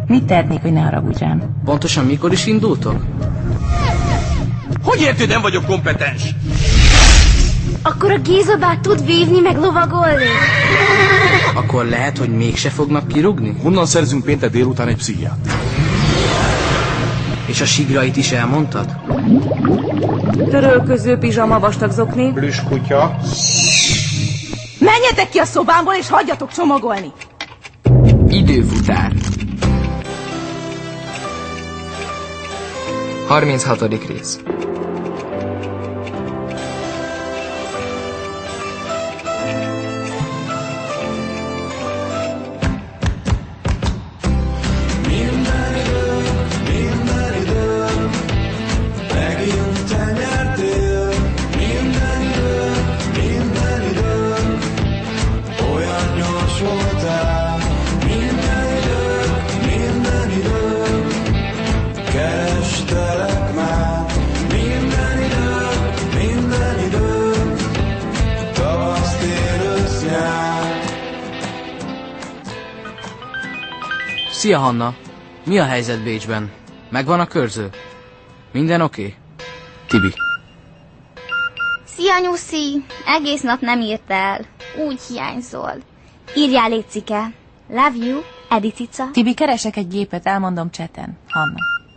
Mit tehetnék, hogy ne haragudj rám? Pontosan mikor is indultok? Hogy érted, nem vagyok kompetens? Akkor a Géza bár tud vívni meg lovagolni? Akkor lehet, hogy mégse fognak kirúgni? Honnan szerzünk péntek délután egy pszichiát? És a sigrait is elmondtad? Törölköző, pizsama, vastag zokni. Plüskutya. Menjetek ki a szobámból, és hagyjatok csomagolni! Időfutár. 36. rész. Szia, Hanna! Mi a helyzet Bécsben? Megvan a körző? Minden oké? Tibi. Szia, Nyuszi! Egész nap nem írtál. Úgy hiányzol. Írjál, létszike. Love you, Edi cica. Tibi, keresek egy gépet, elmondom chaten. Hanna.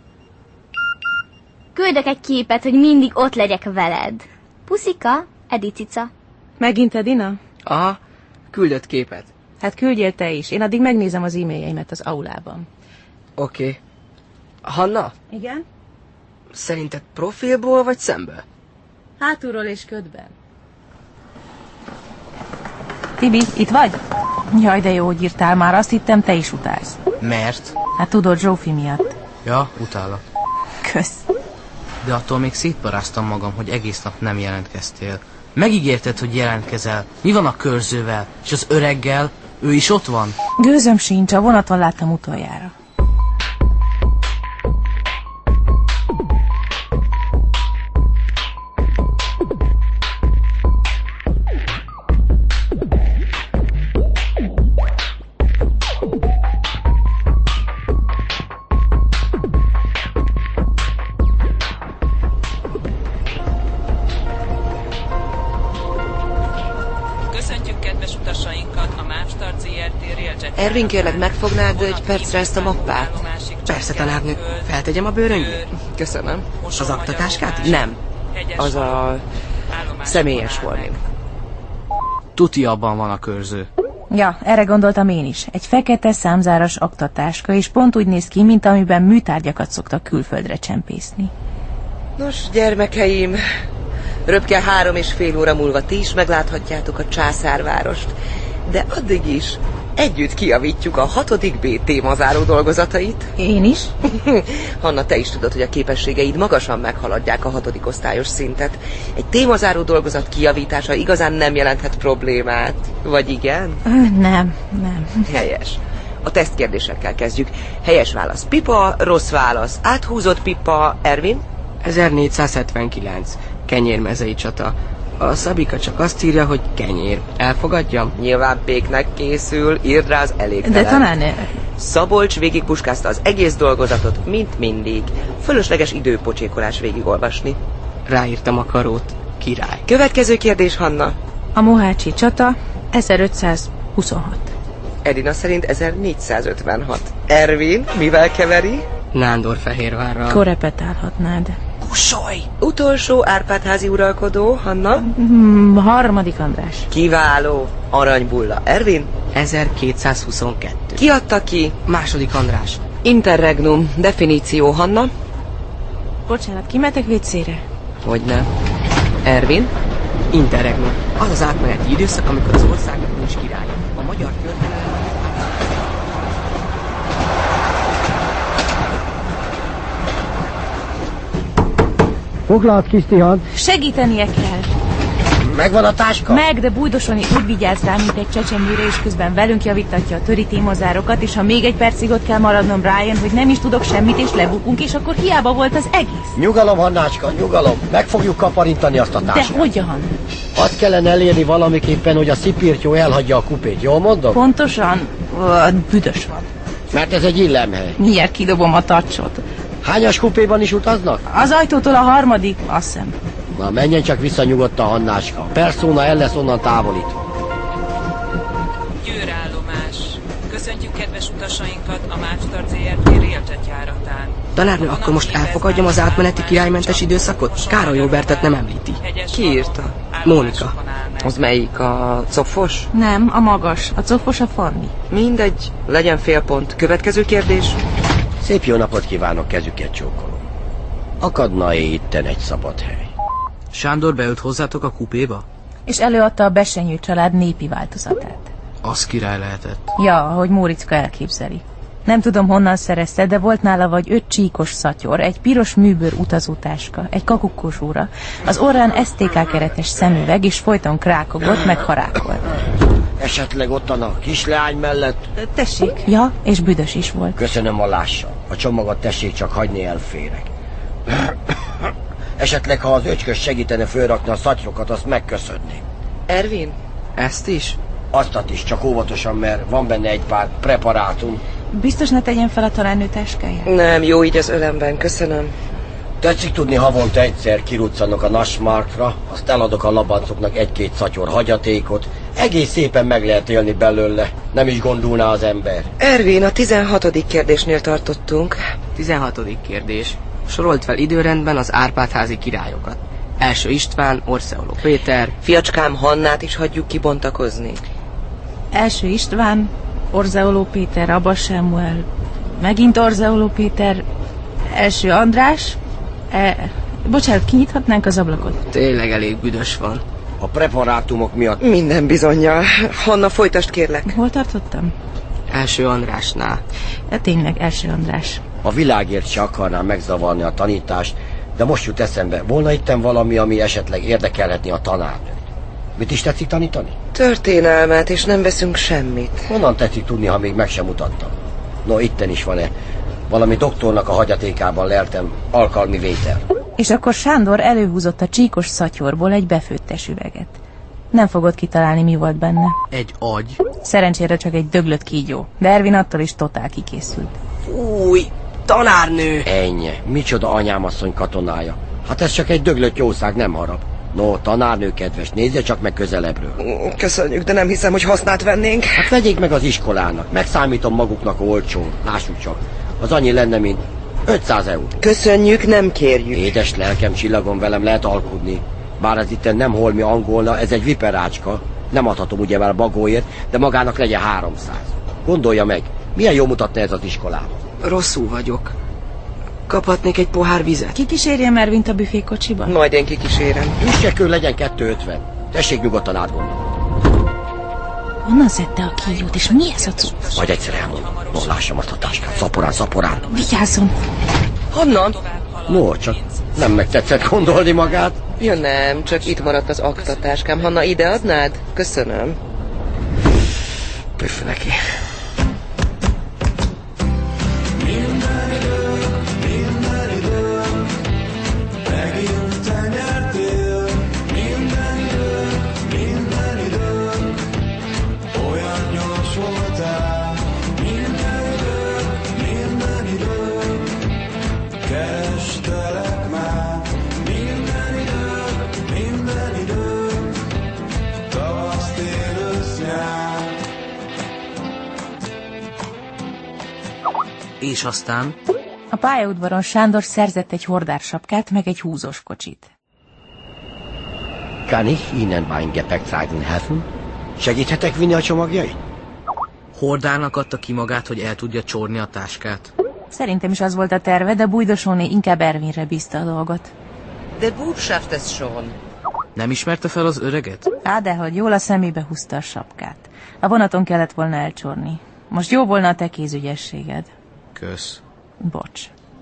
Küldök egy képet, hogy mindig ott legyek veled. Puszika, Edi cica. Megint Edina? Aha, küldött képet. Hát küldjél te is. Én addig megnézem az e-mailjeimet az aulában. Oké. Hanna, Igen? szerinted profilból vagy szemből? Hátulról és ködben. Tibi, itt vagy? Jaj, de jó, hogy írtál már. Azt hittem, te is utálsz. Mert? Hát tudod, Zsófi miatt. Ja, utálok. Kösz. De attól még szétparáztam magam, hogy egész nap nem jelentkeztél. Megígérted, hogy jelentkezel. Mi van a körzővel? És az öreggel? Ő is ott van? Gőzöm sincs, a vonaton láttam utoljára. Ervin, kérlek, megfognád egy percre ezt a mappát? Persze, tanárnő. Feltegyem a bőröngyét? Köszönöm. Az aktatáskát is? Nem. Az a személyes holmim. Tuti abban van a körző. Ja, erre gondoltam én is. Egy fekete számzáras aktatáska, és pont úgy néz ki, mint amiben műtárgyakat szoktak külföldre csempészni. Nos, gyermekeim, röpke 3,5 óra múlva ti is megláthatjátok a császárvárost. De addig is együtt kijavítjuk a 6. B témazáró dolgozatait. Én is? Hanna, te is tudod, hogy a képességeid magasan meghaladják a 6. osztályos szintet. Egy témazáró dolgozat kijavítása igazán nem jelenthet problémát. Vagy igen? Nem. Helyes. A tesztkérdésekkel kezdjük. Helyes válasz pipa, rossz válasz áthúzott pipa. Ervin? 1479. Kenyérmezei csata. A Szabika csak azt írja, hogy kenyér. Elfogadjam? Nyilván péknek készül, írd rá az elégtelen. De tanárnő... Szabolcs végigpuskázta az egész dolgozatot, mint mindig. Fölösleges időpocsékolás végigolvasni. Ráírtam a karót. Király. Következő kérdés, Hanna. A mohácsi csata 1526. Edina szerint 1456. Ervin, mivel keveri? Nándorfehérvárral. Korepetálhatnád. Kussolj! Utolsó Árpád-házi uralkodó, Hanna? Harmadik András. Kiváló. Aranybulla. Ervin? 1222. Ki adta ki? Második András. Interregnum. Definíció, Hanna? Bocsánat, kimetek vécére? Hogyne. Ervin? Interregnum. Az az átmeneti időszak, amikor az országnak nincs királya. A magyar történelem... Foglalt, kis tihad. Segítenie kell. Megvan a táska? Meg, de bújdoson úgy vigyázz rá, mint egy csecsemőre, és közben velünk javítatja a töri témazárokat, és ha még egy percig ott kell maradnom, Brian, hogy nem is tudok semmit, és lebukunk, és akkor hiába volt az egész. Nyugalom, Hannácska, nyugalom. Meg fogjuk kaparintani azt a táskát. De hogyan? Azt kellene elérni valamiképpen, hogy a szipirtyó elhagyja a kupét. Jól mondom? Pontosan, büdös van. Mert ez egy illemhely. Mindjárt kidobom a tacsot. Hányas kupéban is utaznak? Az ajtótól a harmadik, azt hiszem. Na, menjen csak vissza nyugodtan, Hannáska. A Persona el lesz onnan távolítva. Győrállomás. Köszöntjük kedves utasainkat a Mácstar ZRT Railjet járatán. Tanárnő, akkor most elfogadjam az átmeneti királymentes időszakot? Károly Robertet nem említi. Ki írta? Mónika. Az melyik? A copfos? Nem, a magas. A cofos a Fanni. Mindegy, legyen félpont. Következő kérdés. Szép jó napot kívánok, kezüket csókolom. Akadna-e itten egy szabad hely? Sándor beült hozzátok a kupéba? És előadta a Besenyő család népi változatát. Az király lehetett. Ja, ahogy Móriczka elképzeli. Nem tudom honnan szerezte, de volt nála vagy 5 csíkos szatyor, egy piros műbőr utazótáska, egy kakukkos óra, az orrán STK keretes szemüveg, és folyton krákogott, meg harákolt. Esetleg ottan a kisleány mellett? Tessék. Ja, és büdös is volt. Köszönöm a lássa. A csomagot tessék csak hagyni, elférek. Esetleg, ha az öcskös segítene fölrakni a szatyrokat, azt megköszönném. Ervin? Ezt is? Aztat is, csak óvatosan, mert van benne egy pár preparátum. Biztos ne tegyen fel a találnő táskáját? Nem, jó így az ölemben, köszönöm. Tetszik tudni, havonta egyszer kiruccanok a Nassmarkra, azt eladok a labancoknak 1-2 szatyor hagyatékot. Egész szépen meg lehet élni belőle, nem is gondolná az ember. Ervin, a 16. kérdésnél tartottunk. 16. kérdés. Sorolt fel időrendben az Árpád-házi királyokat. Első István, Orseoló Péter. Fiacskám, Hannát is hagyjuk kibontakozni. Első István, Orseoló Péter, Abba Sámuel, megint Orseoló Péter, első András. Bocsánat, kinyithatnánk az ablakot? Tényleg elég büdös van. A preparátumok miatt... Minden bizonnyal. Hanna, folytasd kérlek. Hol tartottam? Első Andrásnál. Tényleg, első András. A világért se akarnám megzavarni a tanítást, de most jut eszembe, volna itten valami, ami esetleg érdekelhetni a tanárnőt. Mit is tetszik tanítani? Történelmet, és nem veszünk semmit. Honnan tetszik tudni, ha még meg sem mutattam? No, itten is van-e. Valami doktornak a hagyatékában leltem alkalmi vétel. És akkor Sándor előhúzott a csíkos szatyorból egy befőttes üveget. Nem fogod kitalálni, mi volt benne. Egy agy. Szerencsére csak egy döglött kígyó, de Ervin attól is totál kikészült. Új, tanárnő! Ennyi, micsoda anyámasszony katonája. Hát ez csak egy döglött jószág, nem harap. No, tanárnő kedves, nézze csak meg közelebbről. Köszönjük, de nem hiszem, hogy hasznát vennénk. Hát vegyék meg az iskolának, megszámítom maguknak olcsón, lássuk csak. Az annyi lenne, mint 500 euró. Köszönjük, nem kérjük. Édes lelkem, csillagon velem lehet alkudni. Bár ez itten nem holmi angolna, ez egy viperácska. Nem adhatom ugye már bagóért, de magának legyen 300. Gondolja meg, milyen jó mutatna ez az iskolában. Rosszul vagyok. Kaphatnék egy pohár vizet? Kikísérjem Ervint a büfékocsiba? Majd én kikísérem. Üssekő legyen 250. Tessék nyugodtan átgondolni. Honnan szedte a kígyót, és mi ez a cucc? Majd egyszer elmondom. No, lássam azt a táskát. Szaporán, szaporán. Vigyázzon! Honnan? No, csak nem megtetszett gondolni magát. Ja nem, csak itt maradt az aktatáskám. Hanna, ide adnád? Köszönöm. Püff neki. És aztán... A pályaudvaron Sándor szerzett egy hordársapkát, meg egy húzós kocsit. Kann ich Ihnen mein Gepäck zeigen helfen? Segíthetek vinni a csomagjait? Hordárnak adta ki magát, hogy el tudja csorni a táskát. Szerintem is az volt a terve, de Bújdosóné inkább Ervinre bízta a dolgot. De Bub schafft es schon. Nem ismerte fel az öreget? Á, dehogy jól a szemébe húzta a sapkát. A vonaton kellett volna elcsorni. Most jó volna a te kézügyességed. Kösz. Bocs.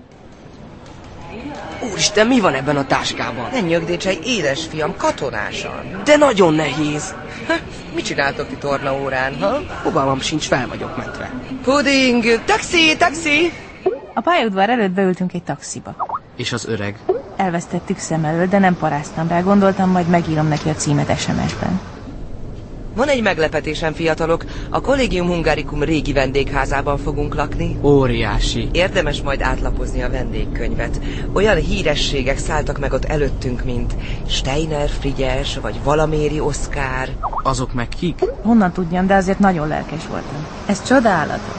Úristen, mi van ebben a táskában? Ne nyögdécselj, édes fiam, katonásan. De nagyon nehéz. Mit csináltok ti tornaórán, ha? Fogalmam sincs, fel vagyok mentve. Pudding, taxi, taxi! A pályaudvar előtt beültünk egy taxiba. És az öreg? Elvesztettük szem elől, de nem paráztam rá. Gondoltam, majd megírom neki a címet SMS-ben. Van egy meglepetésem, fiatalok. A Collegium Hungaricum régi vendégházában fogunk lakni. Óriási. Érdemes majd átlapozni a vendégkönyvet. Olyan hírességek szálltak meg ott előttünk, mint Steiner Frigyes, vagy Valaméri Oszkár. Azok meg kik? Honnan tudjam, de azért nagyon lelkes voltam. Ez csodálatos.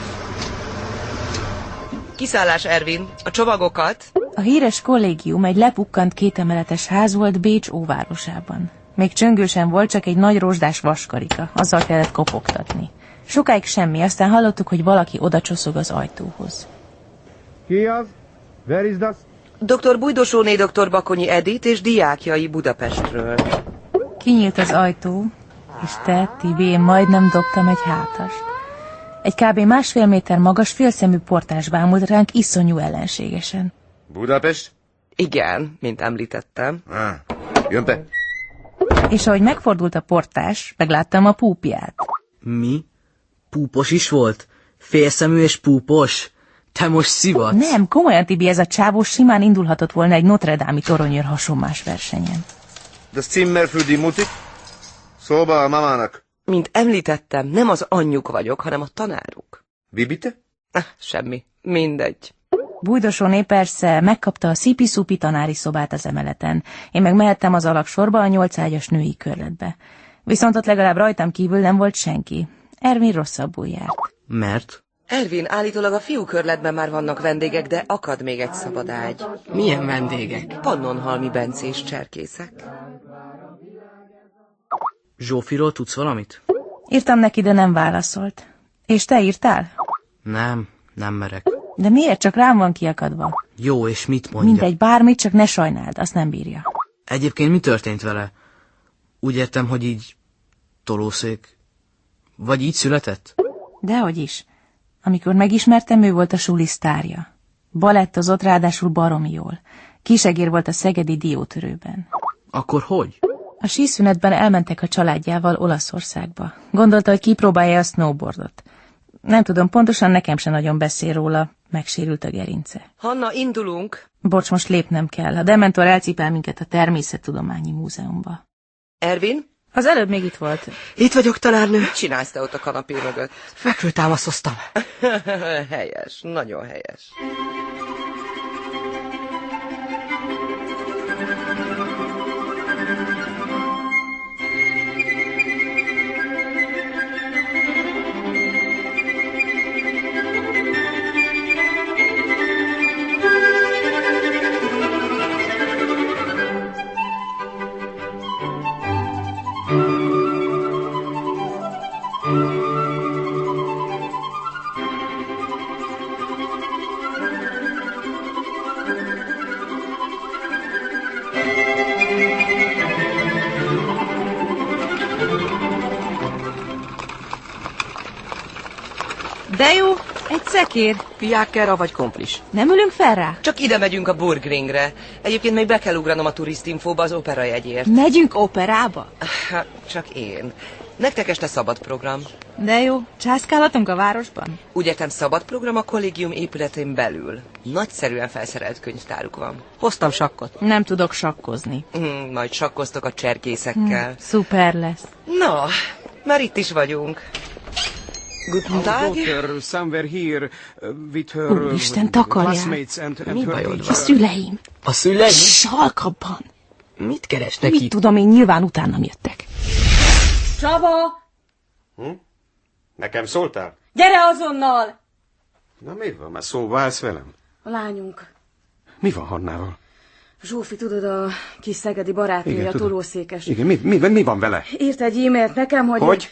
Kiszállás, Ervin. A csomagokat. A híres kollégium egy lepukkant kétemeletes ház volt Bécs óvárosában. Még csöngősen volt, csak egy nagy rozsdás vaskarika. Azzal kellett kopogtatni. Sokáig semmi, aztán hallottuk, hogy valaki odacsoszog az ajtóhoz. Ki az? Where is that? Dr. Bujdosóné, dr. Bakonyi Edith és diákjai Budapestről. Kinyílt az ajtó, és te, Tibi, én majdnem dobtam egy hátast. Egy kb. 1,5 méter magas, félszemű portás bámult ránk iszonyú ellenségesen. Budapest? Igen, mint említettem. Jön be. És ahogy megfordult a portás, megláttam a púpját. Mi? Púpos is volt? Félszemű és púpos? Te most szivatsz? Nem, komolyan, Tibi, ez a csávó simán indulhatott volna egy Notre-Dame-i toronyőr hasonmás versenyen. Das Zimmer für die Mutti? Szóba a mamának. Mint említettem, nem az anyjuk vagyok, hanem a tanáruk. Wie bitte? Semmi. Mindegy. Bujdosóné persze megkapta a szipi-szupi tanári szobát az emeleten. Én meg mehettem az alaksorba a 8 ágyas női körletbe. Viszont ott legalább rajtam kívül nem volt senki. Ervin rosszabbul járt. Mert? Ervin, állítólag a fiúkörletben már vannak vendégek, de akad még egy szabad ágy. Milyen vendégek? Pannonhalmi bencés cserkészek. Zsófiról tudsz valamit? Írtam neki, de nem válaszolt. És te írtál? Nem merek. De miért? Csak rám van kiakadva. Jó, és mit mondja? Mindegy, bármit, csak ne sajnáld, azt nem bírja. Egyébként mi történt vele? Úgy értem, hogy így tolószék. Vagy így született? Dehogy is. Amikor megismertem, ő volt a suli sztárja. Balettozott, ráadásul baromi jól. Kisegér volt a szegedi diótörőben. Akkor hogy? A síszünetben elmentek a családjával Olaszországba. Gondolta, hogy kipróbálja a snowboardot. Nem tudom, pontosan nekem se nagyon beszél róla, megsérült a gerince. Hanna, indulunk. Bocs, most lépnem kell. A Dementor elcipel minket a Természettudományi Múzeumba. Ervin? Az előbb még itt volt. Itt vagyok, tanárnő. Mit csinálsz te ott a kanapé mögött? Fekvőtámaszoztam. Helyes, nagyon helyes. De jó, egy szekér. Piákkerra vagy komplis? Nem ülünk fel rá? Csak ide megyünk a Burgringre. Egyébként még be kell ugranom a turistinfóba az operajegyért. Megyünk operába? Csak én. Nektek este szabad program. De jó, császkálhatunk a városban? Úgy értem, szabad program a kollégium épületén belül. Nagyszerűen felszerelt könyvtáruk van. Hoztam sakkot. Nem tudok sakkozni. Majd sakkoztok a cserkészekkel. Szuper lesz. Na, már itt is vagyunk. Guten Tag. Úristen, takarjál. Mi bajod A van? szüleim. A szüleim? Salkabban. Mit keresnek Mit itt? tudom én, nyilván utánam jöttek. Csaba! Nekem szóltál? Gyere azonnal! Na mi van, már szóba állsz velem? A lányunk. Mi van Hannával? Zsófi, tudod, a kis szegedi barátnője, a tudom. tolószékes. Igen, mi van vele? Írt egy e-mailt nekem, hogy... Hogy?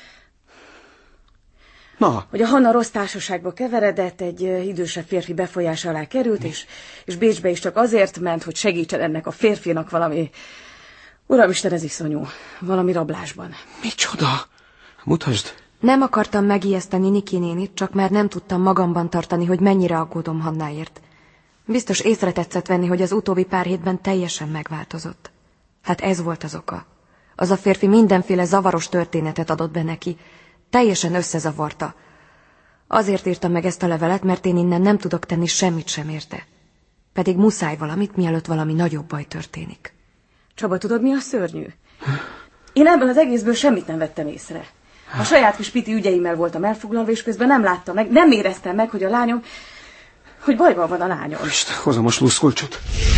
Na? Hogy a Hanna rossz társaságba keveredett, egy idősebb férfi befolyás alá került, és Bécsbe is csak azért ment, hogy segítsen ennek a férfinak valami... Uramisten, ez iszonyú. Valami rablásban. Micsoda? Mutasd. Nem akartam megijeszteni Niki nénit, csak már nem tudtam magamban tartani, hogy mennyire aggódom Hannáért. Biztos észre tetszett venni, hogy az utóbbi pár hétben teljesen megváltozott. Hát ez volt az oka. Az a férfi mindenféle zavaros történetet adott be neki. Teljesen összezavarta. Azért írtam meg ezt a levelet, mert én innen nem tudok tenni semmit sem érte. Pedig muszáj valamit, mielőtt valami nagyobb baj történik. Csaba, tudod, mi a szörnyű? Én ebből az egészből semmit nem vettem észre. A saját kis piti ügyeimmel voltam elfoglalva, és közben nem láttam meg, nem éreztem meg, hogy a lányom, hogy bajban van a lányom. Isten, hozom a sluszkulcsot.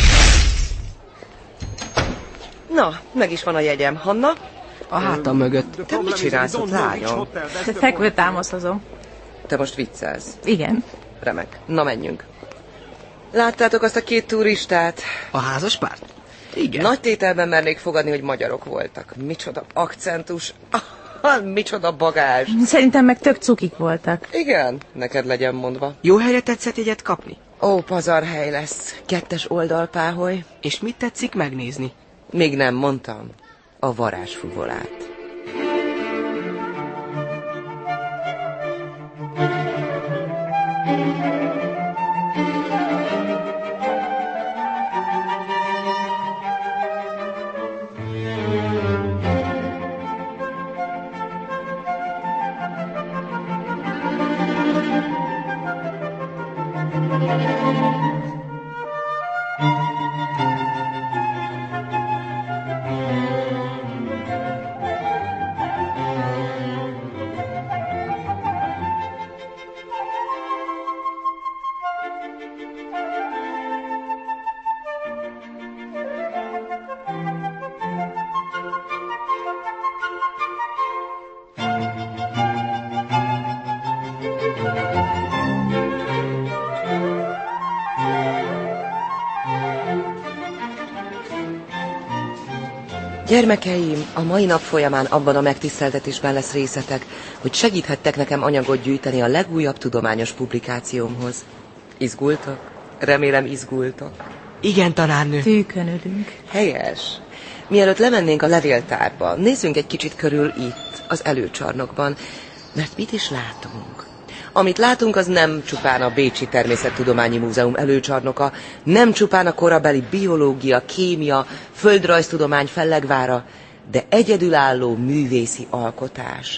Na, meg is van a jegyem, Hanna. A hátam mögött. Te mit csinálsz ott, lányom? Fekvő támaszhozom. Te most viccelsz? Igen. Remek. Na, menjünk. Láttátok azt a 2 turistát? A házaspárt? Igen. Nagy tételben mernék fogadni, hogy magyarok voltak. Micsoda akcentus, micsoda bagázs. Szerintem meg tök cukik voltak. Igen, neked legyen mondva. Jó helyre tetszett jegyet kapni? Ó, pazarhely lesz. 2. oldalpáholy. És mit tetszik megnézni? Még nem mondtam. A varázsfuvolát. Gyermekeim, a mai nap folyamán abban a megtiszteltetésben lesz részletek, hogy segíthettek nekem anyagot gyűjteni a legújabb tudományos publikációmhoz. Izgultak? Remélem izgultak. Igen, tanárnő. Tűkönülünk. Helyes. Mielőtt lemennénk a levéltárba, nézzünk egy kicsit körül itt, az előcsarnokban, mert mit is látunk? Amit látunk, az nem csupán a Bécsi Természettudományi Múzeum előcsarnoka, nem csupán a korabeli biológia, kémia, földrajztudomány fellegvára, de egyedülálló művészi alkotás.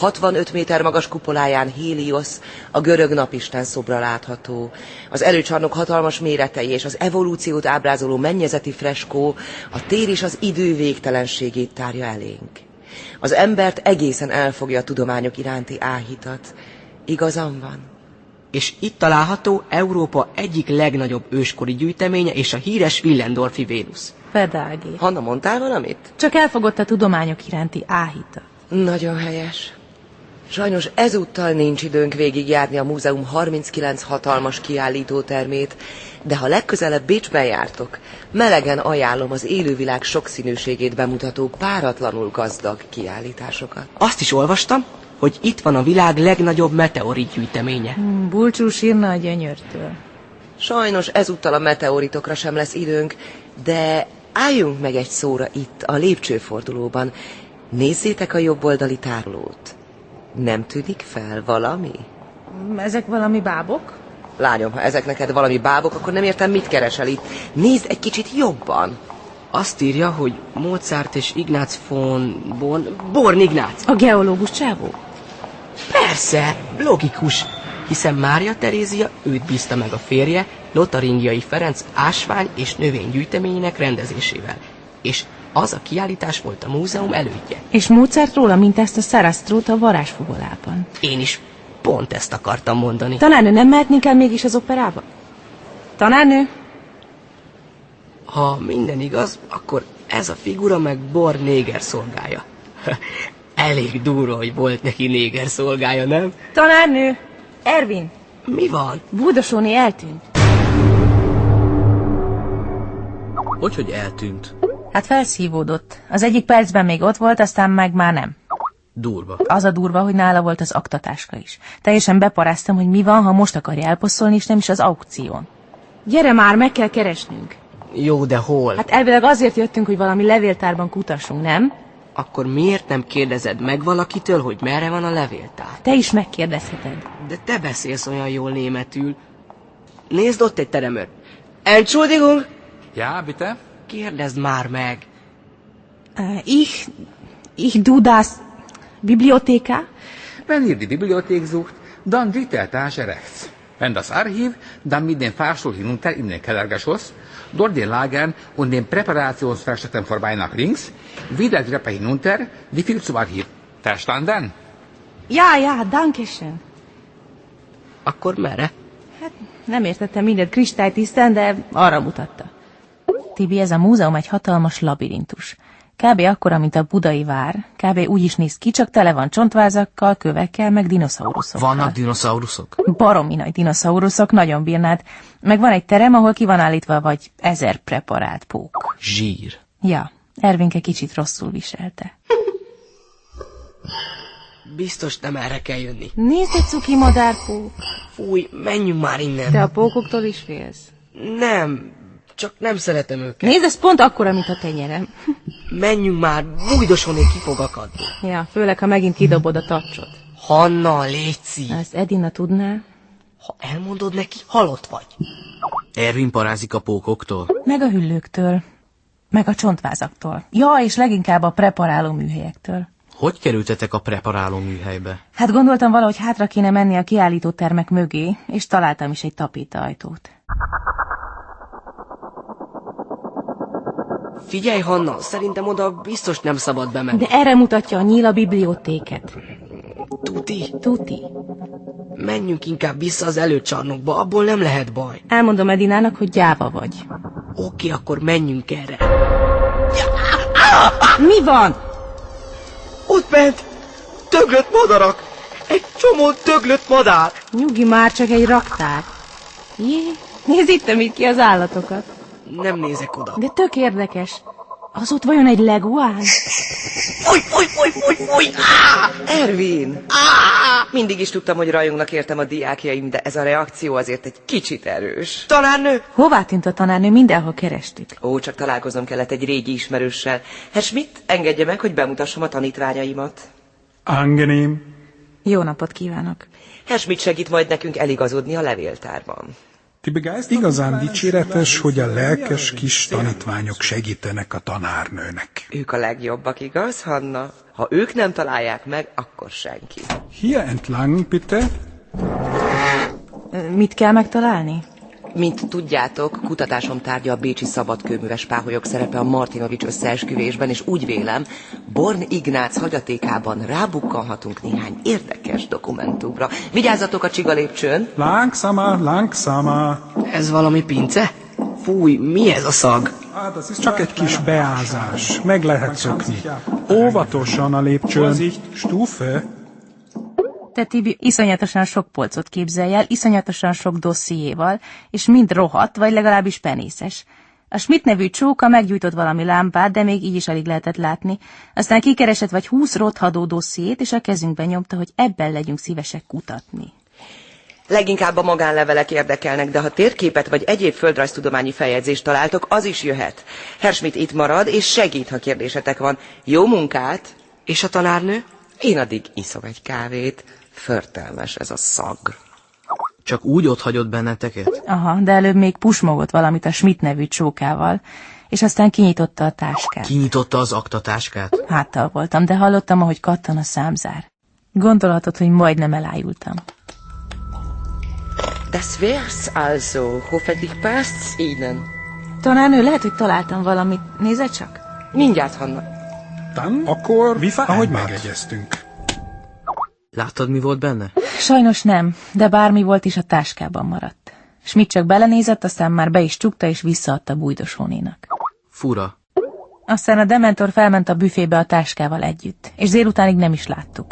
65 méter magas kupoláján Héliosz, a görög napisten szobra látható. Az előcsarnok hatalmas méretei és az evolúciót ábrázoló mennyezeti freskó a tér és az idő végtelenségét tárja elénk. Az embert egészen elfogja a tudományok iránti áhítat. Igazam van. És itt található Európa egyik legnagyobb őskori gyűjteménye és a híres Willendorfi Vénusz. Pedági. Hanna, mondtál valamit? Csak elfogott a tudományok iránti áhítat. Nagyon helyes. Sajnos ezúttal nincs időnk végigjárni a múzeum 39 hatalmas kiállítótermét, de ha legközelebb Bécsben jártok, melegen ajánlom az élővilág sokszínűségét bemutató páratlanul gazdag kiállításokat. Azt is olvastam, hogy itt van a világ legnagyobb meteorit gyűjteménye. Bulcsú sírna a gyönyörtől. Sajnos ezúttal a meteoritokra sem lesz időnk, de álljunk meg egy szóra itt, a lépcsőfordulóban. Nézzétek a jobboldali tárolót. Nem tűnik fel valami? Ezek valami bábok? Lányom, ha ezek neked valami bábok, akkor nem értem, mit keresel itt. Nézd egy kicsit jobban. Azt írja, hogy Mozart és Ignác von Born Ignác. A geológus csávó? Persze, logikus, hiszen Mária Terézia őt bízta meg a férje, Lotaringiai Ferenc ásvány és növénygyűjteményének rendezésével. És az a kiállítás volt a múzeum elődje. És Mozart róla mintázta Sarastrót a varázsfuvolában. Én is pont ezt akartam mondani. Tanárnő, nem mehetnénk el mégis az operába? Tanárnő? Ha minden igaz, akkor ez a figura meg Born néger szolgája. Elég durva, hogy volt neki néger szolgája, nem? Tanárnő! Ervin! Mi van? Búdosóné eltűnt. Hogy eltűnt? Hát felszívódott. Az egyik percben még ott volt, aztán meg már nem. Durva. Az a durva, hogy nála volt az aktatáska is. Teljesen beparáztam, hogy mi van, ha most akarja elposzolni, és nem is az aukción. Gyere már, meg kell keresnünk. Jó, de hol? Hát elvileg azért jöttünk, hogy valami levéltárban kutassunk, nem? Akkor miért nem kérdezed meg valakitől, hogy merre van a levéltár? Te is megkérdezheted. De te beszélsz olyan jól németül. Nézd, ott egy teremőr. Entschuldigung! Ja, bitte? Kérdezd már meg. Ich du das Bibliotheka? Wenn ihr die Bibliothek sucht, dann dritte Etage rechts. Wenn das Archiv, dann mit dem Fahrstuhl hinunter in den Kellergeschoss, dort den Lagern und den Präparationswerkstätten vorbei nach links, wieder die Treppe hinunter, die führt zum Archiv. Verstanden? Ja, dankeschön. Akkor merre? Hát nem értettem mindent kristálytisztán, de arra mutatta. Tibi, ez a múzeum egy hatalmas labirintus. Kb. Akkora, mint a budai vár. Kb. úgy is néz ki, csak tele van csontvázakkal, kövekkel, meg dinoszauruszokkal. Vannak dinoszauruszok? Baromi nagy dinoszauruszok, nagyon bírnád. Meg van egy terem, ahol ki van állítva vagy 1000 preparált pók. Zsír. Ja, Ervinke kicsit rosszul viselte. Biztos nem erre kell jönni. Nézd, egy cuki madárpók. Fúj, menjünk már innen. Te a pókoktól is félsz? Nem, csak nem szeretem őket. Nézd, ez pont akkora, mint a tenyerem. Menjünk már, Bújdosoné ki fog akadni. Ja, főleg, ha megint kidobod a tacsot. Hanna, létszi. Ezt Edina tudná? Ha elmondod neki, halott vagy. Ervin parázik a pókoktól? Meg a hüllőktől. Meg a csontvázaktól. Ja, és leginkább a preparáló műhelyektől. Hogy kerültetek a preparáló műhelybe? Hát gondoltam, valahogy hátra kéne menni a kiállítótermek mögé, és találtam is egy tapétaajtót. Figyelj, Hanna, szerintem oda biztos nem szabad bemenni. De erre mutatja a nyíl a bibliótéket. Tuti. Menjünk inkább vissza az előcsarnokba, abból nem lehet baj. Elmondom Edinának, hogy gyáva vagy. Oké, akkor menjünk erre. Mi van? Ott bent döglött madarak. Egy csomó döglött madár. Nyugi már, csak egy raktár. Jé, nézd itt, mit ki az állatokat. Nem nézek oda. De tök érdekes. Az ott vajon egy leguán? Fúj! Ervin! Mindig is tudtam, hogy rajongnak értem a diákjaim, de ez a reakció azért egy kicsit erős. Tanárnő! Hová tűnt a tanárnő? Mindenhol kerestük. Ó, csak találkoznom kellett egy régi ismerőssel. Herr Schmidt, engedje meg, hogy bemutassam a tanítványaimat. Angenehm. Jó napot kívánok. Herr Schmidt segít majd nekünk eligazodni a levéltárban. Igazán dicséretes, hogy a lelkes kis tanítványok segítenek a tanárnőnek. Ők a legjobbak, igaz, Hanna? Ha ők nem találják meg, akkor senki. Hier entlang, bitte. Mit kell megtalálni? Mint tudjátok, kutatásom tárgya a bécsi szabadkőműves páholyok szerepe a Martinovics összeesküvésben, és úgy vélem, Born Ignác hagyatékában rábukkanhatunk néhány érdekes dokumentumra. Vigyázzatok a csiga lépcsőn! Langsamer. Ez valami pince? Fúj, mi ez a szag? Csak egy kis beázás. Meg lehet szökni. Óvatosan a lépcsőn. Stufe. Te, Tibi, iszonyatosan sok polcot képzelj el, iszonyatosan sok dossziéval, és mind rohadt, vagy legalábbis penészes. A Schmidt nevű csóka meggyújtott valami lámpát, de még így is alig lehetett látni. Aztán kikeresett vagy 20 rothadó dossziét, és a kezünkbe nyomta, hogy ebben legyünk szívesek kutatni. Leginkább a magánlevelek érdekelnek, de ha térképet vagy egyéb földrajztudományi feljegyzést találtok, az is jöhet. Herr Schmidt itt marad, és segít, ha kérdésetek van. Jó munkát! És a tanárnő? Én addig iszom egy kávét. Förtelmes ez a szag. Csak úgy otthagyott benneteket? Aha, de előbb még pusmogott valamit a Schmidt nevű csókával, és aztán kinyitotta a táskát. Kinyitotta az aktatáskát? Háttal voltam, de hallottam, ahogy kattan a számzár. Gondolhatod, hogy majdnem elájultam. Das wär's also. Hoffentlich passt's Ihnen. Tanárnő, lehet, hogy találtam valamit. Nézze csak. Mindjárt, Hanna. Akkor, ahogy megegyeztünk. Láttad, mi volt benne? Sajnos nem, de bármi volt is, a táskában maradt. Schmidt csak belenézett, aztán már be is csukta, és visszaadta Bújdosónénak. Fura. Aztán a dementor felment a büfébe a táskával együtt, és délutánig nem is láttuk.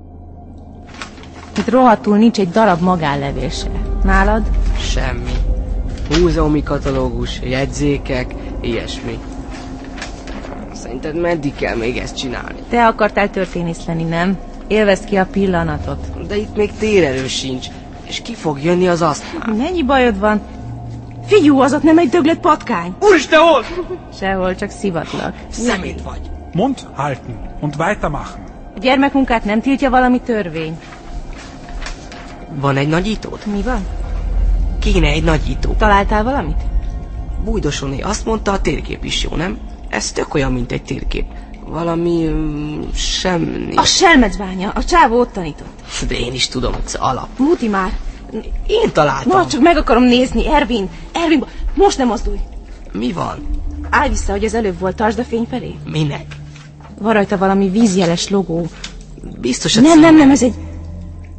Itt rohadtul nincs egy darab magánlevél se. Nálad? Semmi. Múzeumi katalógus, jegyzékek, ilyesmi. Szerinted meddig kell még ezt csinálni? Te akartál történész lenni, nem? Élvezd ki a pillanatot. De itt még térerő sincs, és ki fog jönni az asztal? Mennyi bajod van? Figyú, az ott nem egy döglött patkány. Úristen, hol? Sehol, csak szivatlak. Szemét vagy. Mund halten und weitermachen. A gyermekmunkát nem tiltja valami törvény. Van egy nagyítód? Mi van? Kéne egy nagyító. Találtál valamit? Bújdosoné azt mondta, a térkép is jó, nem? Ez tök olyan, mint egy térkép. Valami... semmi. A selmecbánya, a csávó ott tanított. De én is tudom, hogy ez alap. Muti már. Én találtam. Na, csak meg akarom nézni, Ervin, most nem mozdulj. Mi van? Állj vissza, hogy az előbb volt, tartsd a fény felé. Minek? Van rajta valami vízjeles logó. Biztos, hogy... Nem, ez egy...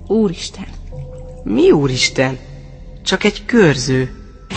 Úristen. Mi úristen? Csak egy körző.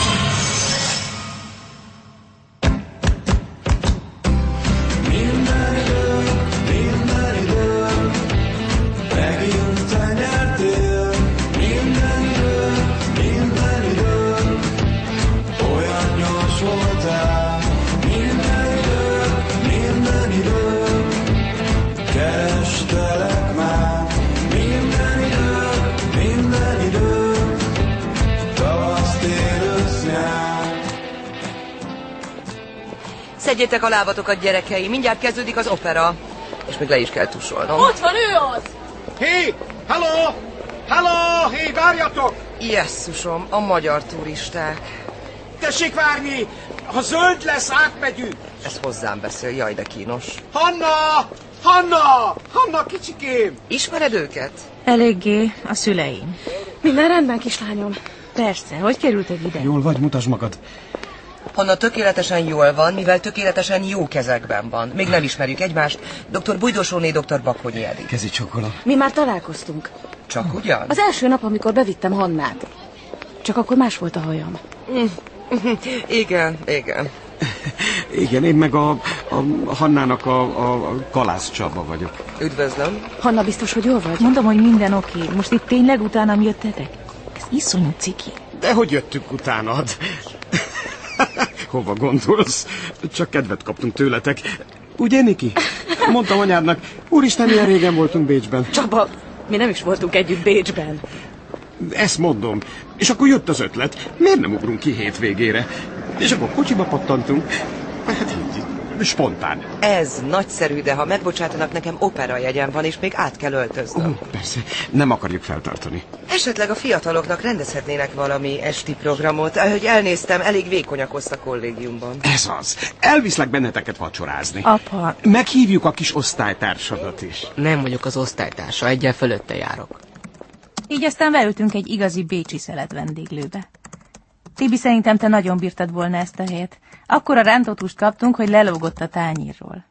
Szedjétek a lábatokat, gyerekeim, mindjárt kezdődik az opera. És még le is kell tusolnom. Ott van, ő az! Hé! Halló! Halló! Hé, várjatok! Jesszusom, a magyar turisták. Tessék várni! Ha zöld lesz, átmegyünk! Ez hozzám beszél, jaj, de kínos. Hanna! Hanna! Hanna, kicsikém! Ismered őket? Eléggé a szüleim. Minden rendben, kislányom? Persze, hogy kerültek ide? Jól vagy, mutasd magad. Hanna tökéletesen jól van, mivel tökéletesen jó kezekben van. Még nem ismerjük egymást. Dr. Bujdosóné, dr. Bakonyi Edi. Kezi csokolom. Mi már találkoztunk. Csak ugyan? Az első nap, amikor bevittem Hannát. Csak akkor más volt a hajam. Igen, igen. Igen, én meg a Hannának a Kalász Csaba vagyok. Üdvözlöm. Hanna, biztos, hogy jól vagy? Mondom, hogy minden oké. Most itt tényleg utánam jöttetek? Ez iszonyú ciki. De hogy jöttünk utánad? Hova gondolsz? Csak kedvet kaptunk tőletek. Ugye, Niki? Mondtam anyádnak, úristen, milyen régen voltunk Bécsben. Csaba, mi nem is voltunk együtt Bécsben. Ezt mondom. És akkor jött az ötlet, miért nem ugrunk ki hétvégére? És akkor kocsiba pattantunk. Hát így, spontán. Ez nagyszerű, de ha megbocsátanak, nekem operajegyem van, és még át kell öltöznöm. Persze, nem akarjuk feltartani. Esetleg a fiataloknak rendezhetnének valami esti programot. Ahogy elnéztem, elég vékonyak a kollégiumban. Ez az. Elviszlek benneteket vacsorázni. Apa. Meghívjuk a kis osztálytársadat is. Nem vagyok az osztálytársa, eggyel fölötte járok. Így aztán beültünk egy igazi bécsi szelet vendéglőbe. Tibi, szerintem te nagyon bírtad volna ezt a helyet. Akkora rántótust kaptunk, hogy lelógott a tányérról.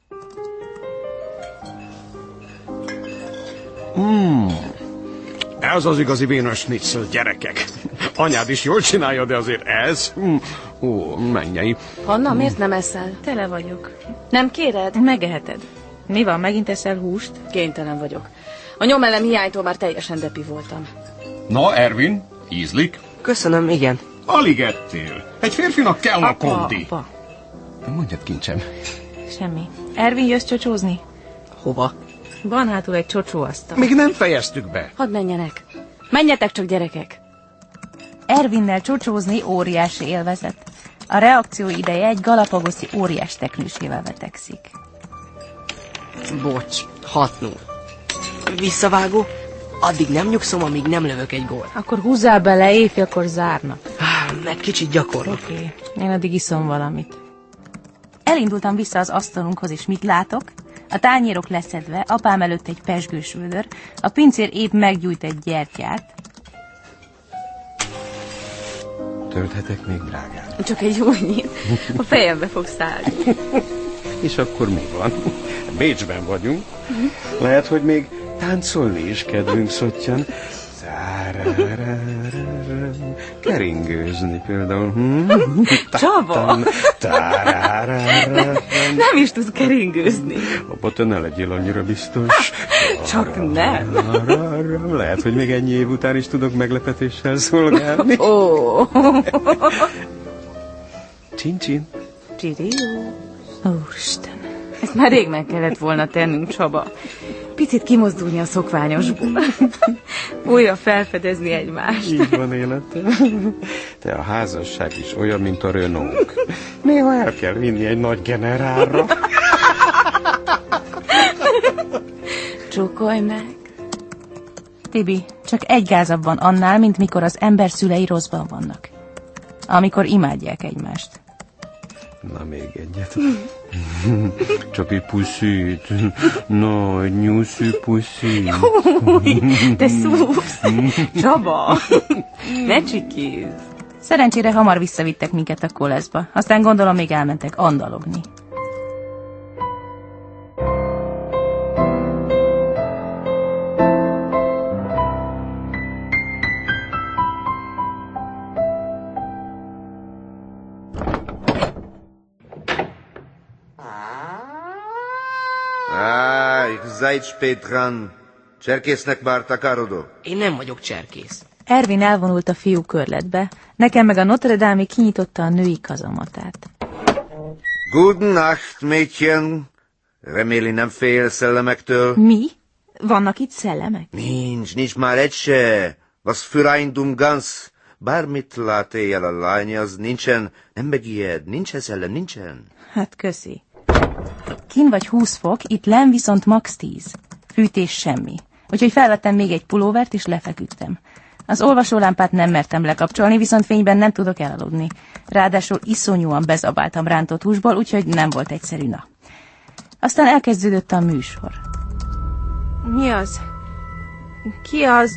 Ez az igazi vénos schnitzel, gyerekek. Anyád is jól csinálja, de azért ez... Ó, mennyei. Hanna, miért nem eszel? Tele vagyok. Nem kéred? Megeheted. Mi van, megint eszel húst? Kénytelen vagyok. A nyomelem hiánytól már teljesen depi voltam. Na, Ervin, ízlik? Köszönöm, igen. Alig ettél. Egy férfinak kell a kondi. Apa. Mondjad, kincsem. Semmi. Ervin, jössz csocsózni? Hova? Van hátul egy csocsóasztal. Még nem fejeztük be. Hadd menjenek. Menjetek csak, gyerekek. Ervinnel csocsózni óriási élvezet. A reakció ideje egy galapagoszi óriás teknősével vetekszik. Bocs, 6-0. Visszavágó? Addig nem nyugszom, amíg nem lövök egy gólt. Akkor húzzál bele, éjfélkor zárnak. Meg kicsit gyakorlok. Oké, én addig iszom valamit. Elindultam vissza az asztalunkhoz, és mit látok? A tányérok leszedve, apám előtt egy pezsgős vödör, a pincér épp meggyújt egy gyertyát. Tölthetek még, drágám? Csak egy jónyit. A fejembe fog szállni. És akkor mi van? Bécsben vagyunk. Lehet, hogy még táncolni is kedvünk szottyan. Keringőzni például. Csaba! Nem is tudsz keringőzni. Apa, te ne legyél annyira biztos. Csak nem. Lehet, hogy még ennyi év után is tudok meglepetéssel szolgálni. Ó. Csin-csin. Csirió. Úristen. Ezt már rég meg kellett volna tennünk, Csaba. Picit kimozdulni a szokványosból. Újra felfedezni egymást. Így van, életem. Te a házasság is olyan, mint a Renault. Néha el kell vinni egy nagy generálra. Csókolj meg. Tibi, csak egy gázabb van annál, mint mikor az ember szülei rosszban vannak. Amikor imádják egymást. Na, még egyet. Csak egy puszit. Nagy, nyúszű puszit. Te szúrsz. Csaba, ne csikízz. Szerencsére hamar visszavittek minket a koleszba. Aztán gondolom még elmentek andalogni. seid spät dran. Cserkésznek vártak, Arodo? Én nem vagyok cserkész. Ervin elvonult a fiú körletbe, nekem meg a Notre Dame kinyitotta a női kazamatát. Guten Nacht, Mädchen. Reméli nem fél szellemektől? Mi? Vannak itt szellemek? Nincs már egy se. Was für ein dumm Gans. Bármit lát éjjel a lány, az nincsen, nem megijed, nincsen szellem, nincsen. Hát köszi. Kin vagy 20 fok, itt lenn viszont max 10. Fűtés semmi. Úgyhogy felvettem még egy pulóvert és lefeküdtem. Az olvasólámpát nem mertem lekapcsolni, viszont fényben nem tudok elaludni. Ráadásul iszonyúan bezabáltam rántott húsból, úgyhogy nem volt egyszerű, na. Aztán elkezdődött a műsor. Mi az? Ki az?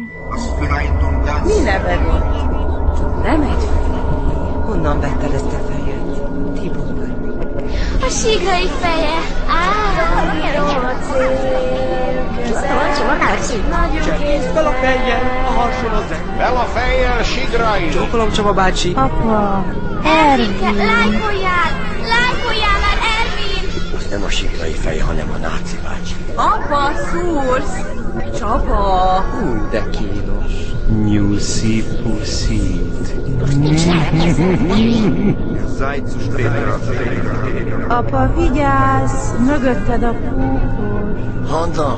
Mi neved van? Nem egy feje. Honnan vetted ezt a fejet? Tibor. A sigrai feje. Áramló cél. Cserkész fel a fejjel, a harson az fel a fejjel, sigrai! Csókolom, Csaba bácsi! Apa! Ervin! Lájkoljál már, Ervin! Az nem a sigrai feje, hanem a náci bácsi. Apa, szúrsz! Csaba! Hú, de kínos. Nyuszi puszít. Seid zu spät. Apa, vigyázz! Mögötted a púpor.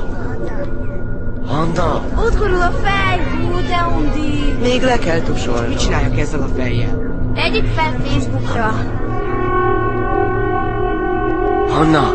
Hanna! Ott gurul a fej, de undi. Még le kell tusolni. Mit csináljak ezzel a fejjel? Tegyük fel Facebookra. Hanna!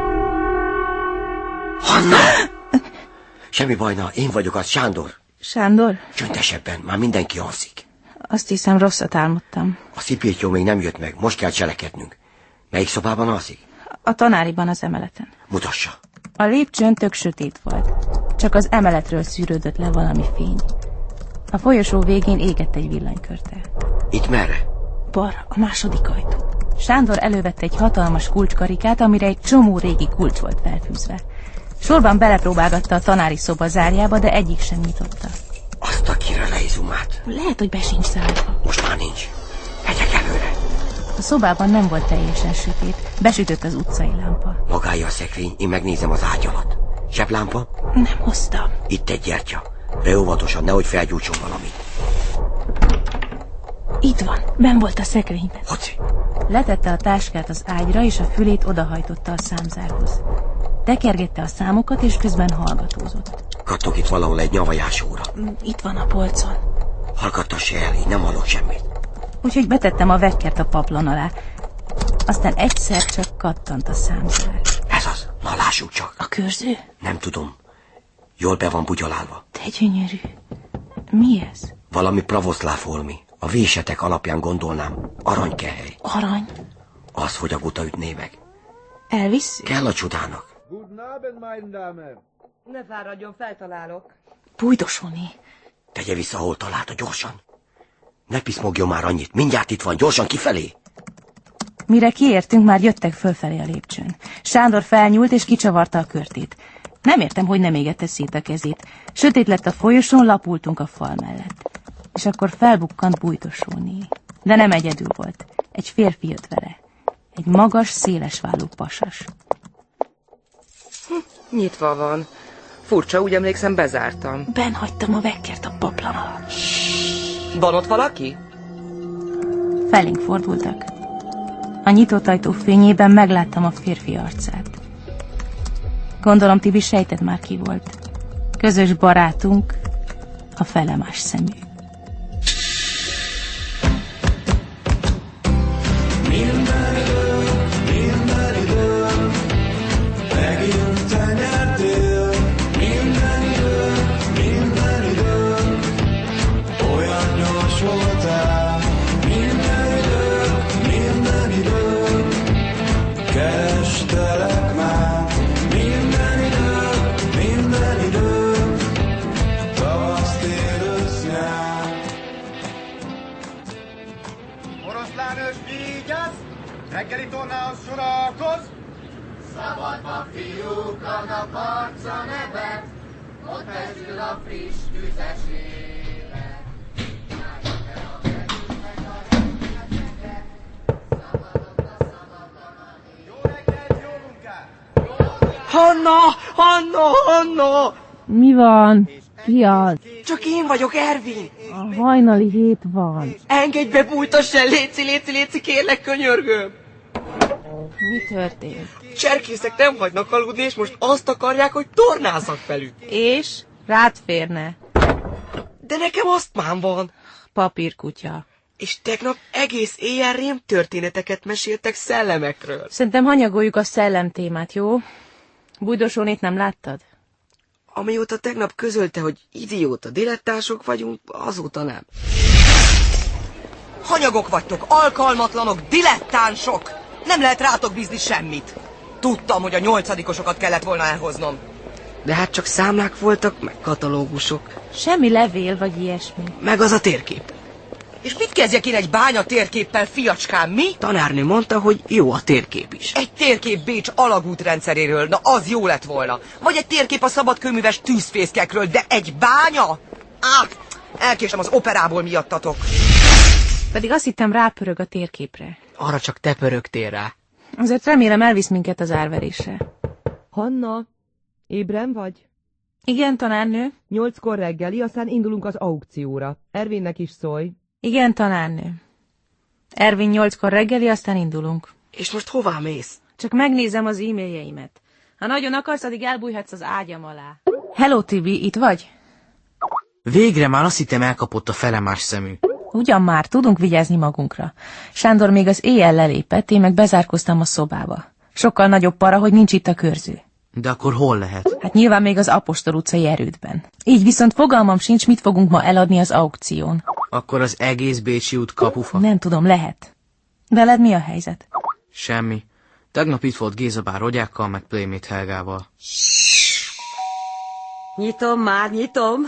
Semmi bajna, én vagyok az, Sándor. Sándor? Csöndesebben, már mindenki alszik. Azt hiszem, rosszat álmodtam. A szipétyó még nem jött meg, most kell cselekednünk. Melyik szobában alszik? A tanáriban az emeleten. Mutassa. A lépcsőn tök sötét volt. Csak az emeletről szűrődött le valami fény. A folyosó végén égett egy villanykörte. Itt merre? Balra, a második ajtó. Sándor elővette egy hatalmas kulcskarikát, amire egy csomó régi kulcs volt felfűzve. Sorban belepróbálgatta a tanári szoba zárjába, de egyik sem nyitotta. Azt a kireleizumát. Lehet, hogy be sincs zárva. Most már nincs. Megyek előre. A szobában nem volt teljesen sötét. Besütött az utcai lámpa. Magája a szekrény, én megnézem az ágy alatt. Zseblámpa? Nem hoztam. Itt egy gyertya. De óvatosan, nehogy felgyújtson valamit. Itt van, benn volt a szekrényben. Hoci. Letette a táskát az ágyra, és a fülét odahajtotta a számzárhoz. Tekergette a számokat, és közben hallgatózott. Kattog itt valahol egy nyavajás óra. Itt van a polcon. Hallgattassa el, így nem hallott semmit. Úgyhogy betettem a vekkert a paplon alá. Aztán egyszer csak kattant a számzár. Ez az, na lássuk csak. A körző? Nem tudom. Jól be van bugyolálva. Te gyönyörű. Mi ez? Valami pravoszláv holmi. A vésetek alapján gondolnám. Aranykehely. Arany? Az, hogy a guta ütné meg. Elvisszük? Kell a csodának. Ne fáradjon, feltalálok. Bújdosóné. Tegye vissza, ahol találta, gyorsan. Ne piszmogjon már annyit, mindjárt itt van, gyorsan kifelé. Mire kiértünk, már jöttek fölfelé a lépcsőn. Sándor felnyúlt és kicsavarta a körtét. Nem értem, hogy nem égette szét a kezét. Sötét lett a folyosón, lapultunk a fal mellett. És akkor felbukkant Bújdosóné. De nem egyedül volt. Egy férfi jött vele. Egy magas, szélesvállú pasas. Nyitva van. Furcsa, úgy emlékszem, bezártam. Benn hagytam a vekkert a paplan alatt. Van ott valaki? Felénk fordultak. A nyitott ajtó fényében megláttam a férfi arcát. Gondolom, Tibi sejtett már ki volt. Közös barátunk, a felemás szemű. Reggeli tornához sorakoz! Szabadban fiúknak a harca nevet, ott vezül a friss tüzes élet. Hanna! Hanna! Mi van? Ki az? Csak én vagyok, Ervin. A hajnali hét van. Engedj be, bújtass el, léci, kérlek, könyörgöm. Mi történt? Cserkészek nem hagynak aludni, és most azt akarják, hogy tornázzak velük. És? Rád férne. De nekem asztmám van. Papírkutya. És tegnap egész éjjel rémtörténeteket meséltek szellemekről. Szerintem hanyagoljuk a szellemtémát, jó? Bújdosónét nem láttad? Amióta tegnap közölte, hogy idióta dilettánsok vagyunk, azóta nem. Hanyagok vagytok, alkalmatlanok, dilettánsok! Nem lehet rátok bízni semmit. Tudtam, hogy a 8-osokat kellett volna elhoznom. De hát csak számlák voltak, meg katalógusok. Semmi levél vagy ilyesmi. Meg az a térkép. És mit kezdjek én egy bánya térképpel, fiacskám, mi? Tanárnő mondta, hogy jó a térkép is. Egy térkép Bécs alagútrendszeréről, na az jó lett volna. Vagy egy térkép a szabadkőműves tűzfészkekről, de egy bánya? Elkésem az operából miattatok. Pedig azt hittem rápörög a térképre. Arra csak te pörögtél rá. Azért remélem elvisz minket az árverésre. Hanna, ébren vagy? Igen, tanárnő. 8-kor reggeli, aztán indulunk az aukcióra. Ervinnek is szólj. Igen, tanárnő. Ervin 8-kor reggeli, aztán indulunk. És most hová mész? Csak megnézem az e-mailjeimet. Ha nagyon akarsz, addig elbújhatsz az ágyam alá. Hello, Tibi, itt vagy? Végre már azt hittem elkapott a felemás szemű. Ugyan már, tudunk vigyázni magunkra. Sándor még az éjjel lelépett, én meg bezárkoztam a szobába. Sokkal nagyobb para, hogy nincs itt a körző. De akkor hol lehet? Hát nyilván még az Apostol utcai erődben. Így viszont fogalmam sincs, mit fogunk ma eladni az aukción. Akkor az egész Bécsi út kapufa? Nem tudom, lehet. Veled mi a helyzet? Semmi. Tegnap itt volt Géza bár Rogyákkal, meg Playmate Helgával. Nyitom.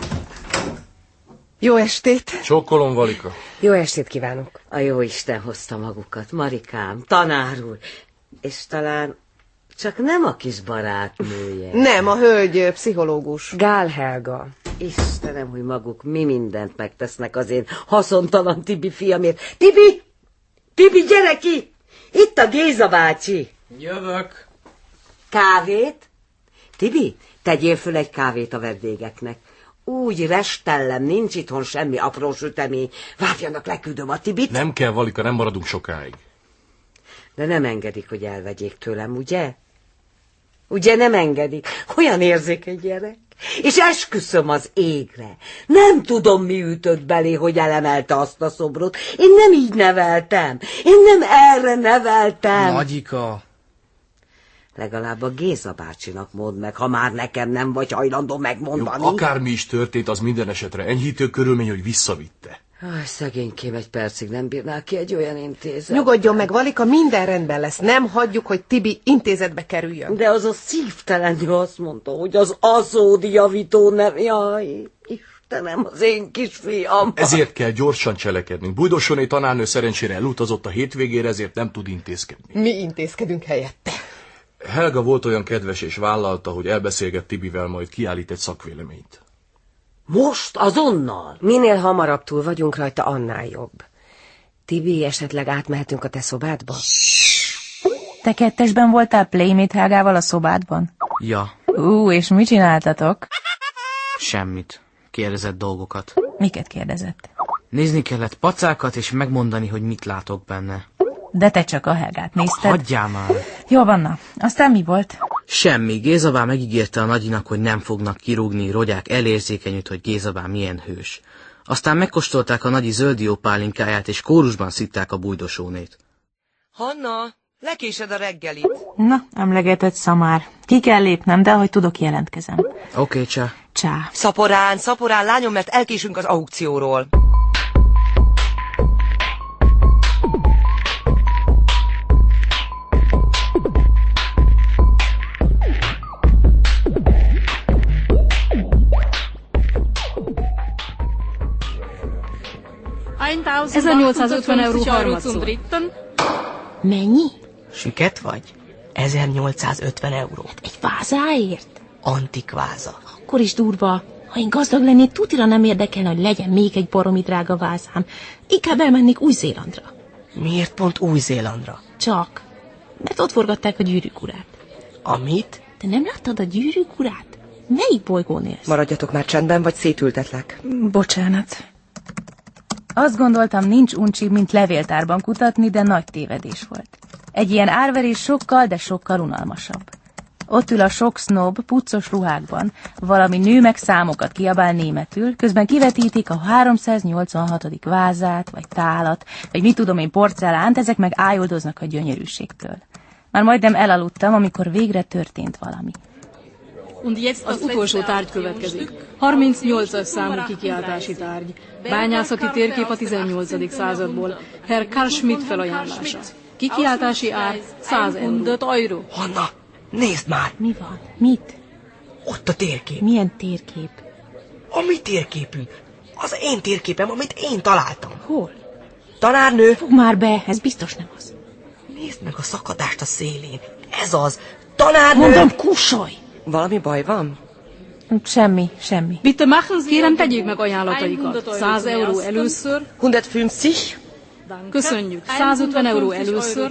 Jó estét! Csókolom, Valika. Jó estét kívánok! A jó Isten hozta magukat, Marikám, tanár úr, és talán csak nem a kis barátnője. Nem, a hölgy pszichológus. Gál Helga. Istenem, hogy maguk mi mindent megtesznek az én haszontalan Tibi fiamért. Tibi, gyere ki! Itt a Géza bácsi. Jövök. Kávét? Tibi, tegyél föl egy kávét a vendégeknek. Úgy restellem, nincs itthon semmi apró sütemény. Várjanak, leküldöm a Tibit. Nem kell, Valika, nem maradunk sokáig. De nem engedik, hogy elvegyék tőlem, ugye? Ugye nem engedik? Olyan érzékeny gyerek. És esküszöm az égre. Nem tudom, mi ütött belé, hogy elemelte azt a szobrot. Én nem így neveltem. Én nem erre neveltem. Nagyika. Legalább a Géza bácsinak mondd meg, ha már nekem nem vagy hajlandó megmondani. Jó, akármi is történt, az minden esetre enyhítő körülmény, hogy visszavitte. Aj, szegénykém egy percig nem bírnál ki egy olyan intézet. Nyugodjon meg, Valika, minden rendben lesz. Nem hagyjuk, hogy Tibi intézetbe kerüljön. De az a szívtelenül azt mondta, hogy az azódi javító nem... Jaj, Istenem, az én kisfiam. Ezért kell gyorsan cselekednünk. Bújdosóné tanárnő szerencsére elutazott a hétvégére, ezért nem tud intézkedni. Mi intézkedünk helyette. Helga volt olyan kedves és vállalta, hogy elbeszélget Tibivel, majd kiállít egy szakvéleményt. Most? Azonnal? Minél hamarabb túl vagyunk rajta, annál jobb. Tibi, esetleg átmehetünk a te szobádba? Te kettesben voltál Playmate Helgával a szobádban? Ja. És mit csináltatok? Semmit. Kérdezett dolgokat. Miket kérdezett? Nézni kellett pacákat, és megmondani, hogy mit látok benne. De te csak a Helgát nézted. Hagyjál már! Jó vanna. Aztán mi volt? Semmi. Gézabá megígérte a nagyinak, hogy nem fognak kirúgni, Rogyák elérzékenyült, hogy Gézabá milyen hős. Aztán megkóstolták a nagyi zöldió pálinkáját, és kórusban szitták a bújdosónét. Hanna, lekésed a reggelit. Na, emlegetett szamár. Ki kell lépnem, de ahogy tudok, jelentkezem. Oké, csá. Csá. Szaporán, lányom, mert elkésünk az aukcióról. Ez a 850 euró harmadszor. Mennyi? Süket vagy? 1850 euró. Egy vázáért? Antik váza. Akkor is durva. Ha én gazdag lennék, tutira nem érdekelne, hogy legyen még egy baromi drága vázám. Inkább elmennék Új-Zélandra. Miért pont Új-Zélandra? Csak. Mert ott forgatták a Gyűrűk urát. Amit? Te nem láttad a Gyűrűk urát? Melyik bolygón élsz? Maradjatok már csendben, vagy szétültetlek. Bocsánat. Azt gondoltam, nincs uncsibb, mint levéltárban kutatni, de nagy tévedés volt. Egy ilyen árverés sokkal, de sokkal unalmasabb. Ott ül a sok sznob puccos ruhákban, valami nő meg számokat kiabál németül, közben kivetítik a 386. vázát, vagy tálat, vagy mit tudom én, porcelánt, ezek meg ájuldoznak a gyönyörűségtől. Már majdnem elaludtam, amikor végre történt valami. Az utolsó tárgy következik. 38-as számú kikiáltási tárgy. Bányászati térkép a 18. századból. Herr Karl Schmidt felajánlása. Kikiáltási ár 100 euró. Hanna, nézd már! Mi van? Mit? Ott a térkép. Milyen térkép? A mi térképünk. Az én térképem, amit én találtam. Hol? Tanárnő! Fog már be, ez biztos nem az. Nézd meg a szakadást a szélén. Ez az. Tanárnő! Mondom, kussolj! Valami baj van? Semmi. Bitte machen Sie, kérem, tegyék meg ajánlataikat. 100 euró először. 150. Köszönjük. 150 euró először.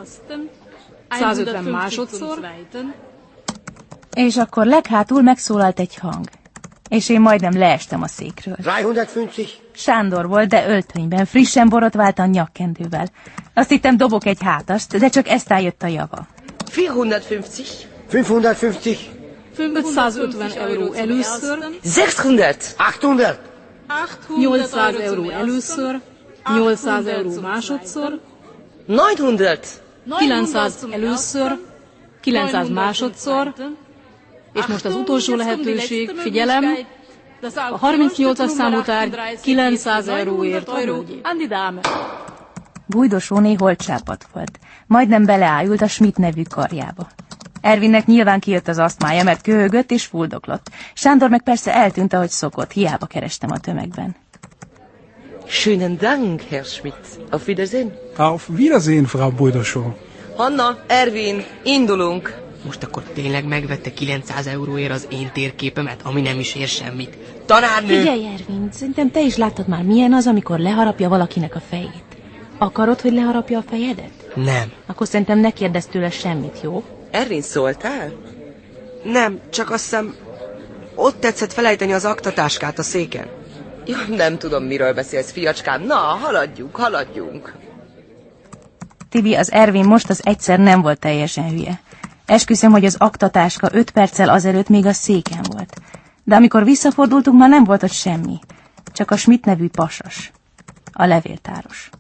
150 másodszor. És akkor leghátul megszólalt egy hang. És én majdnem leestem a székről. 350. Sándor volt, de öltönyben, frissen borotváltan nyakkendővel. Azt hittem dobok egy hátast, de csak eztán jött a java. 450. 550. 550 euró először. 600. 800. 800 euró először. 800 euró másodszor. 900. 900 először. 900 másodszor. És most az utolsó lehetőség, figyelem, a 38-as számú tárgy 900 euróért a hölgyé. Andi Dáme. Bújdosóné holtsápat volt. Majdnem beleájult a Schmidt nevű karjába. Ervinnek nyilván kijött az asztmája, mert köhögött és fuldoklott. Sándor meg persze eltűnt, ahogy szokott, hiába kerestem a tömegben. Schönen Dank, Herr Schmidt. Auf Wiedersehen. Auf Wiedersehen, Frau Bújdosó. Hanna, Ervin, indulunk. Most akkor tényleg megvette 900 euróért az én térképemet, ami nem is ér semmit. Tanárnő! Figyelj, Ervin, szerintem te is láttad már, milyen az, amikor leharapja valakinek a fejét. Akarod, hogy leharapja a fejedet? Nem. Akkor szerintem ne kérdezz tőle semmit, jó? Ervin, szóltál? Nem, csak azt hiszem, ott tetszett felejteni az aktatáskát a széken. Ja, nem tudom, miről beszélsz, fiacskám. Na, haladjunk. Tibi, az Ervin most az egyszer nem volt teljesen hülye. Esküszöm, hogy az aktatáska 5 perccel azelőtt még a széken volt. De amikor visszafordultunk, már nem volt ott semmi. Csak a Schmidt nevű pasas. A levéltáros.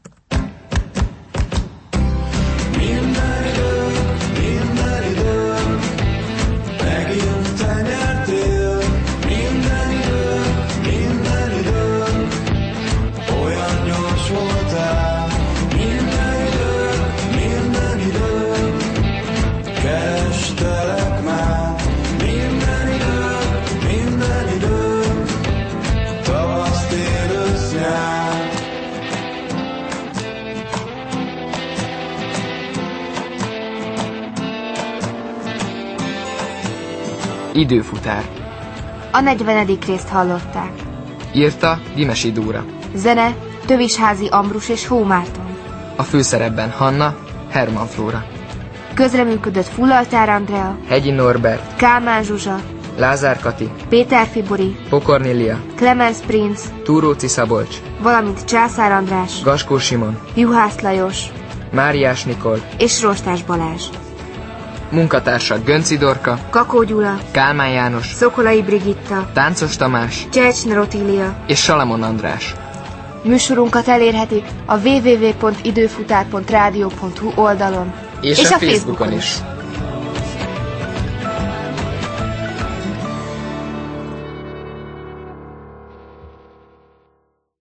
Időfutár. A 40. részt hallották. Írta Dimesi Dóra. Zene Tövisházi Ambrus és Hó Márton. A főszerepben Hanna, Hermann Flóra. Közreműködött Fullaltár Andrea, Hegyi Norbert, Kálmán Zsuzsa, Lázár Kati, Péter Fibori, Pokornélia, Clemens Prince, Túróci Szabolcs, valamint Császár András, Gaskó Simon, Juhász Lajos Máriás Nikol és Rostás Balázs. Munkatársak Gönci Dorka, Kakó Gyula, Kálmán János, Szokolai Brigitta, Táncos Tamás, Csecsner Otília és Salamon András. Műsorunkat elérhetik a www.időfutár.rádió.hu oldalon és a Facebookon is.